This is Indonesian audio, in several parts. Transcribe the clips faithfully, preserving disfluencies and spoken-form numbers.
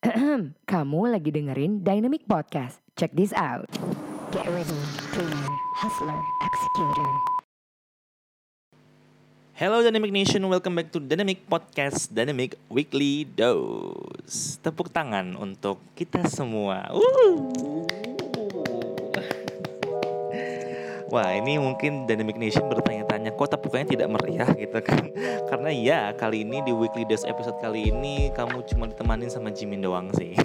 Kamu lagi dengerin Dynamic Podcast. Check this out. Get ready, dreamer, hustler, executor. Hello Dynamic Nation, welcome back to Dynamic Podcast, Dynamic Weekly Dose. Tepuk tangan untuk kita semua. Woo! Wah, ini mungkin Dynamic Nation bertanya-tanya, kok tepukannya tidak meriah gitu kan? Karena ya, kali ini di Weekly Dose episode kali ini kamu cuma ditemanin sama Jimin doang sih.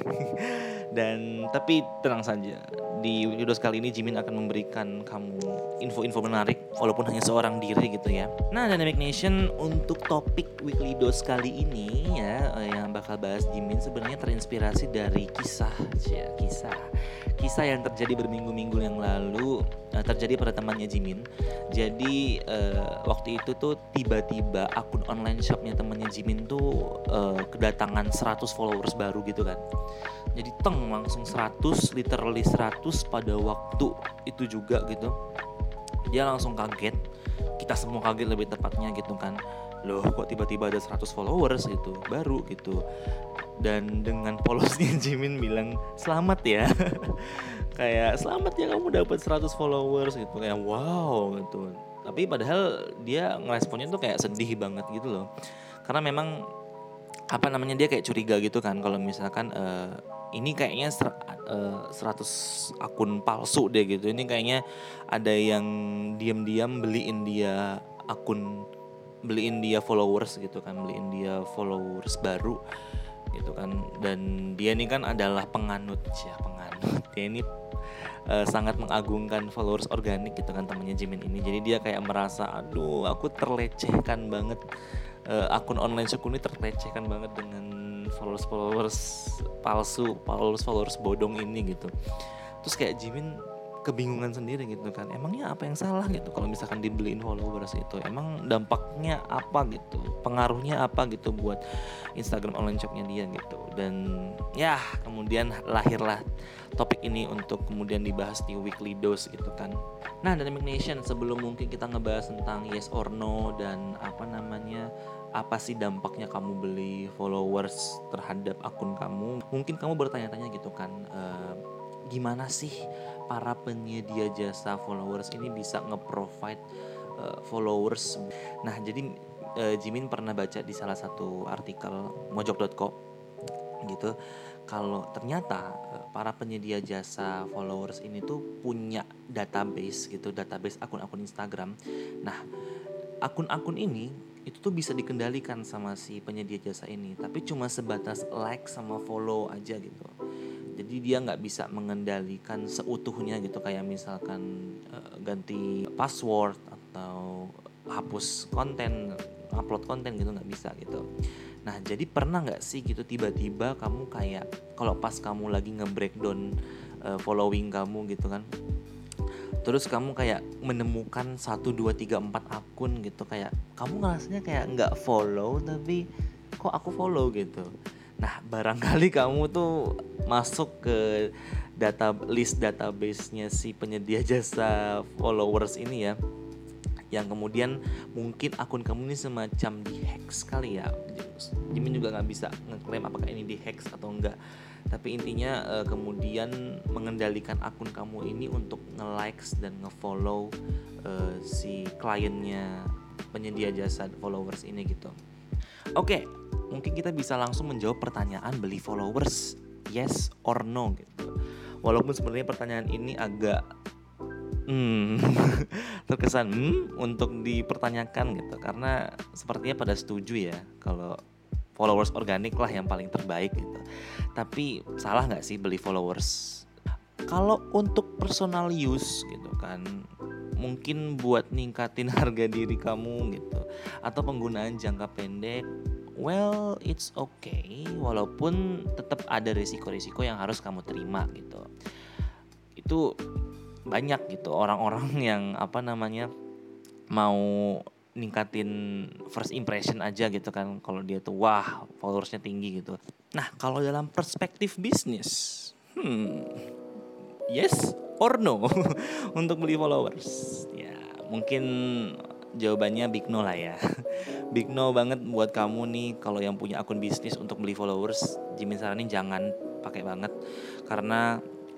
Dan tapi tenang saja, di Weekly Dose kali ini Jimin akan memberikan kamu info-info menarik walaupun hanya seorang diri gitu ya. Nah, Dynamic Nation, untuk topik Weekly Dose kali ini ya, yang bakal bahas Jimin sebenarnya terinspirasi dari kisah, ya, kisah kisah yang terjadi berminggu-minggu yang lalu, uh, terjadi pada temannya Jimin. Jadi uh, waktu itu tuh tiba-tiba akun online shopnya temannya Jimin tuh uh, kedatangan seratus followers baru gitu kan. Jadi teng langsung seratus, literally seratus pada waktu itu juga gitu. Dia langsung kaget, kita semua kaget lebih tepatnya gitu kan. Loh, kok tiba-tiba ada seratus followers gitu, baru gitu. Dan dengan polosnya Jimin bilang selamat ya. Kayak selamat ya kamu dapat seratus followers gitu, kayak wow gitu. Tapi padahal dia ngeresponnya tuh kayak sedih banget gitu loh. Karena memang apa namanya, dia kayak curiga gitu kan kalau misalkan uh, ini kayaknya ser- uh, seratus akun palsu deh gitu. Ini kayaknya ada yang diam-diam beliin dia akun, beliin dia followers gitu kan, beliin dia followers baru gitu kan. Dan dia ini kan adalah penganut ya, penganut. Dia ini uh, sangat mengagungkan followers organik gitu kan temannya Jimin ini. Jadi dia kayak merasa, aduh aku terlecehkan banget, uh, akun online shop ini terlecehkan banget dengan followers-followers palsu, followers-followers bodong ini gitu. Terus kayak Jimin kebingungan sendiri gitu kan, emangnya apa yang salah gitu kalau misalkan dibeliin followers itu, emang dampaknya apa gitu, pengaruhnya apa gitu buat Instagram online shopnya dia gitu. Dan ya kemudian lahirlah topik ini untuk kemudian dibahas di Weekly Dose gitu kan. Nah, Dynamic Nation, sebelum mungkin kita ngebahas tentang yes or no dan apa namanya, apa sih dampaknya kamu beli followers terhadap akun kamu, mungkin kamu bertanya-tanya gitu kan, uh, gimana sih para penyedia jasa followers ini bisa nge-provide uh, followers. Nah, jadi uh, Jimin pernah baca di salah satu artikel mojok dot co gitu, kalau ternyata uh, para penyedia jasa followers ini tuh punya database gitu, database akun-akun Instagram. Nah, akun-akun ini itu tuh bisa dikendalikan sama si penyedia jasa ini, tapi cuma sebatas like sama follow aja gitu. Jadi dia nggak bisa mengendalikan seutuhnya gitu, kayak misalkan uh, ganti password atau hapus konten, upload konten gitu, nggak bisa gitu. Nah, jadi pernah nggak sih gitu tiba-tiba kamu kayak kalau pas kamu lagi nge-breakdown uh, following kamu gitu kan, terus kamu kayak menemukan satu, dua, tiga, empat akun gitu, kayak kamu ngerasanya kayak nggak follow tapi kok aku follow gitu. Nah, barangkali kamu tuh masuk ke data list database-nya si penyedia jasa followers ini ya, yang kemudian mungkin akun kamu ini semacam di-hack sekali ya. Jimin juga nggak bisa ngeklaim apakah ini di-hack atau enggak. Tapi intinya uh, kemudian mengendalikan akun kamu ini untuk nge-likes dan nge-follow uh, si kliennya penyedia jasa followers ini gitu. Oke, mungkin kita bisa langsung menjawab pertanyaan beli followers, yes or no gitu. Walaupun sebenarnya pertanyaan ini agak hmm, terkesan hmm, untuk dipertanyakan gitu, karena sepertinya pada setuju ya kalau followers organik lah yang paling terbaik gitu. Tapi salah nggak sih beli followers? Kalau untuk personal use gitu kan, mungkin buat ningkatin harga diri kamu gitu, atau penggunaan jangka pendek, well it's okay, walaupun tetap ada risiko-risiko yang harus kamu terima gitu. Itu banyak gitu orang-orang yang apa namanya mau ningkatin first impression aja gitu kan, kalau dia tuh wah followersnya tinggi gitu. Nah, kalau dalam perspektif bisnis, hmm, yes or no untuk beli followers? Ya, mungkin jawabannya big no lah ya. big no banget buat kamu nih kalau yang punya akun bisnis untuk beli followers. Jimin saranin jangan pakai banget karena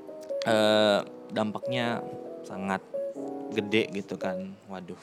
eh, dampaknya sangat gede gitu kan. Waduh.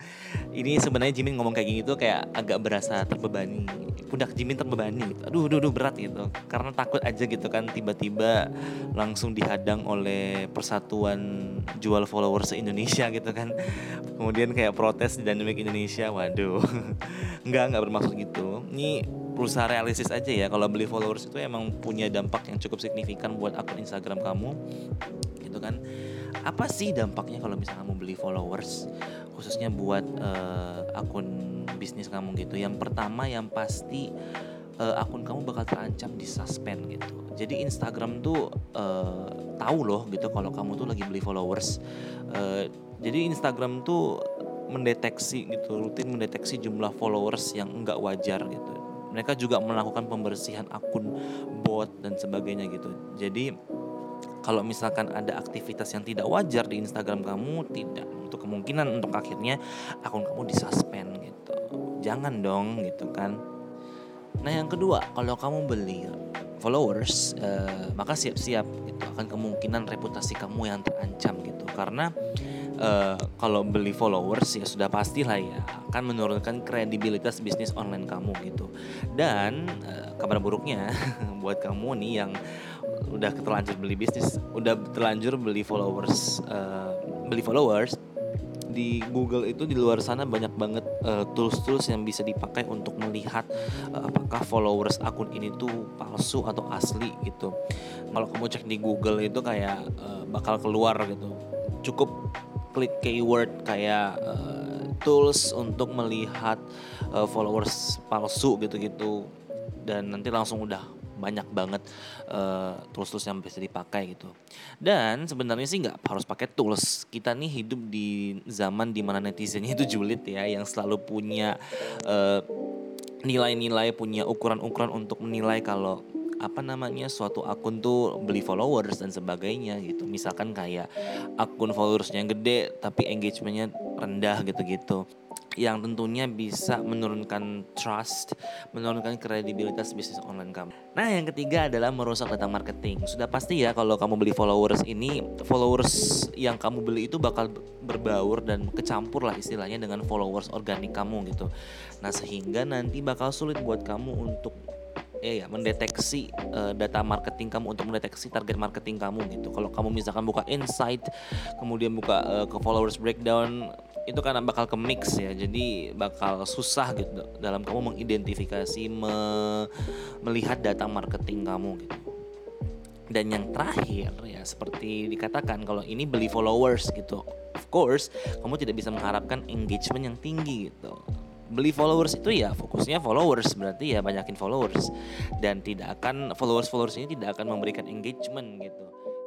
Ini sebenarnya Jimin ngomong kayak gini tuh kayak agak berasa terbebani. Pundak Jimin terbebani gitu. Aduh, aduh, aduh berat gitu. Karena takut aja gitu kan tiba-tiba langsung dihadang oleh persatuan jual followers se-Indonesia gitu kan. Kemudian kayak protes di Dynamic Indonesia. Waduh. Enggak, enggak bermaksud gitu. Ini berusaha realistis aja ya. Kalau beli followers itu emang punya dampak yang cukup signifikan buat akun Instagram kamu. Gitu kan. Apa sih dampaknya kalau misalnya kamu beli followers khususnya buat uh, akun bisnis kamu gitu? Yang pertama yang pasti uh, akun kamu bakal terancam di suspend gitu. Jadi Instagram tuh uh, tahu loh gitu kalau kamu tuh lagi beli followers. Uh, jadi Instagram tuh mendeteksi gitu, rutin mendeteksi jumlah followers yang enggak wajar gitu. Mereka juga melakukan pembersihan akun bot dan sebagainya gitu. Jadi kalau misalkan ada aktivitas yang tidak wajar di Instagram kamu, tidak untuk kemungkinan untuk akhirnya akun kamu disuspend gitu. Jangan dong gitu kan. Nah yang kedua, kalau kamu beli followers, eh, maka siap-siap gitu akan kemungkinan reputasi kamu yang terancam gitu. Karena eh, kalau beli followers ya sudah pastilah ya akan menurunkan kredibilitas bisnis online kamu gitu. Dan eh, kabar buruknya buat kamu nih yang udah terlanjur beli bisnis, udah terlanjur beli followers, uh, beli followers di Google itu di luar sana banyak banget uh, tools-tools yang bisa dipakai untuk melihat uh, apakah followers akun ini tuh palsu atau asli gitu. Kalau kamu cek di Google itu kayak uh, bakal keluar gitu. Cukup klik keyword kayak uh, tools untuk melihat uh, followers palsu gitu-gitu dan nanti langsung udah banyak banget uh, tools-tools yang bisa dipakai gitu. Dan sebenarnya sih nggak harus pakai tools. Kita nih hidup di zaman dimana netizennya itu julid ya, yang selalu punya uh, nilai-nilai, punya ukuran-ukuran untuk menilai kalau apa namanya suatu akun tuh beli followers dan sebagainya gitu. Misalkan kayak akun followersnya gede tapi engagementnya rendah gitu-gitu, yang tentunya bisa menurunkan trust, menurunkan kredibilitas bisnis online kamu. Nah yang ketiga adalah merusak data marketing. Sudah pasti ya kalau kamu beli followers ini, followers yang kamu beli itu bakal berbaur dan kecampur lah istilahnya dengan followers organik kamu gitu. Nah sehingga nanti bakal sulit buat kamu untuk eh ya mendeteksi uh, data marketing kamu, untuk mendeteksi target marketing kamu gitu. Kalau kamu misalkan buka insight, kemudian buka uh, ke followers breakdown, itu kan bakal ke mix ya, jadi bakal susah gitu dalam kamu mengidentifikasi, me- melihat data marketing kamu gitu. Dan yang terakhir ya seperti dikatakan kalau ini beli followers gitu, of course kamu tidak bisa mengharapkan engagement yang tinggi gitu. Beli followers itu ya fokusnya followers, berarti ya banyakin followers, dan tidak akan followers-followers ini tidak akan memberikan engagement gitu.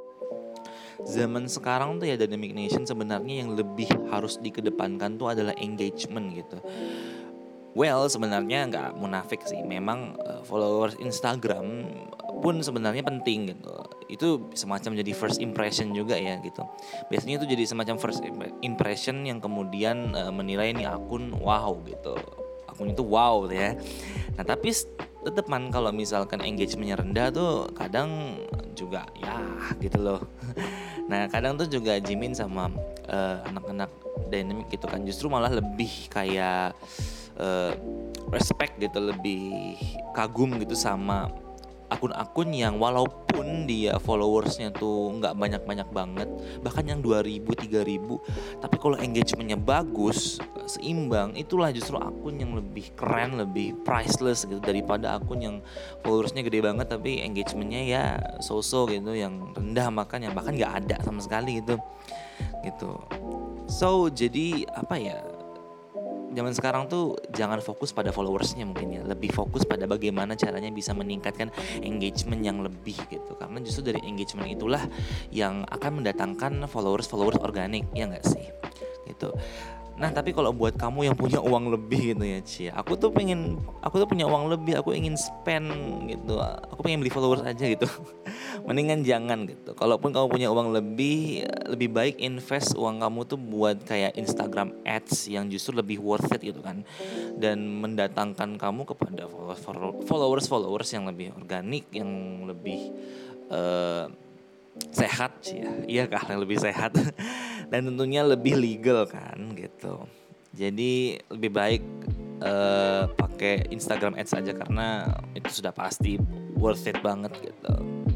Zaman sekarang tuh ya Dynamic Nation sebenarnya yang lebih harus dikedepankan tuh adalah engagement gitu. Well sebenarnya nggak munafik sih, memang uh, followers Instagram pun sebenarnya penting gitu. Itu semacam jadi first impression juga ya gitu. Biasanya itu jadi semacam first impression yang kemudian uh, menilai nih akun wow gitu. Akun itu wow ya. Nah tapi tetep man kalau misalkan engagementnya rendah tuh kadang juga ya gitu loh. Nah kadang tuh juga Jimin sama uh, anak-anak Dynamic gitu kan justru malah lebih kayak uh, respect gitu, lebih kagum gitu sama akun-akun yang walaupun dia followersnya tuh nggak banyak-banyak banget, bahkan yang dua ribu, tiga ribu, tapi kalau engagementnya bagus, seimbang, itulah justru akun yang lebih keren, lebih priceless gitu daripada akun yang followersnya gede banget tapi engagementnya ya so-so gitu, yang rendah makanya bahkan nggak ada sama sekali gitu gitu. So jadi apa ya, zaman sekarang tuh jangan fokus pada followersnya mungkin ya, lebih fokus pada bagaimana caranya bisa meningkatkan engagement yang lebih gitu, karena justru dari engagement itulah yang akan mendatangkan followers-followers organik, ya nggak sih gitu. Nah tapi kalau buat kamu yang punya uang lebih gitu ya Ci, aku tuh pengen, aku tuh punya uang lebih, aku ingin spend gitu, aku pengen beli followers aja gitu. Mendingan jangan gitu. Kalaupun kamu punya uang lebih, lebih baik invest uang kamu tuh buat kayak Instagram ads yang justru lebih worth it gitu kan. Dan mendatangkan kamu kepada followers-followers yang lebih organik, yang lebih uh, sehat sih ya. Iya kah, yang lebih sehat. Dan tentunya lebih legal kan gitu. Jadi lebih baik uh, pakai Instagram ads aja karena itu sudah pasti worth it banget gitu.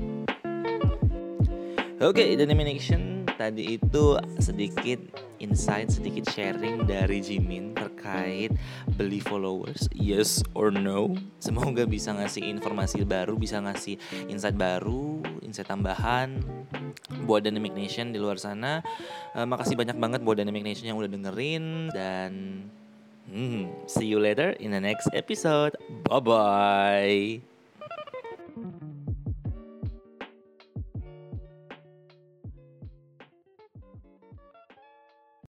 Oke, okay, Dynamic Nation, tadi itu sedikit insight, sedikit sharing dari Jimin terkait beli followers, yes or no. Semoga bisa ngasih informasi baru, bisa ngasih insight baru, insight tambahan buat Dynamic Nation di luar sana. uh, Makasih banyak banget buat Dynamic Nation yang udah dengerin. Dan hmm, see you later in the next episode. Bye-bye.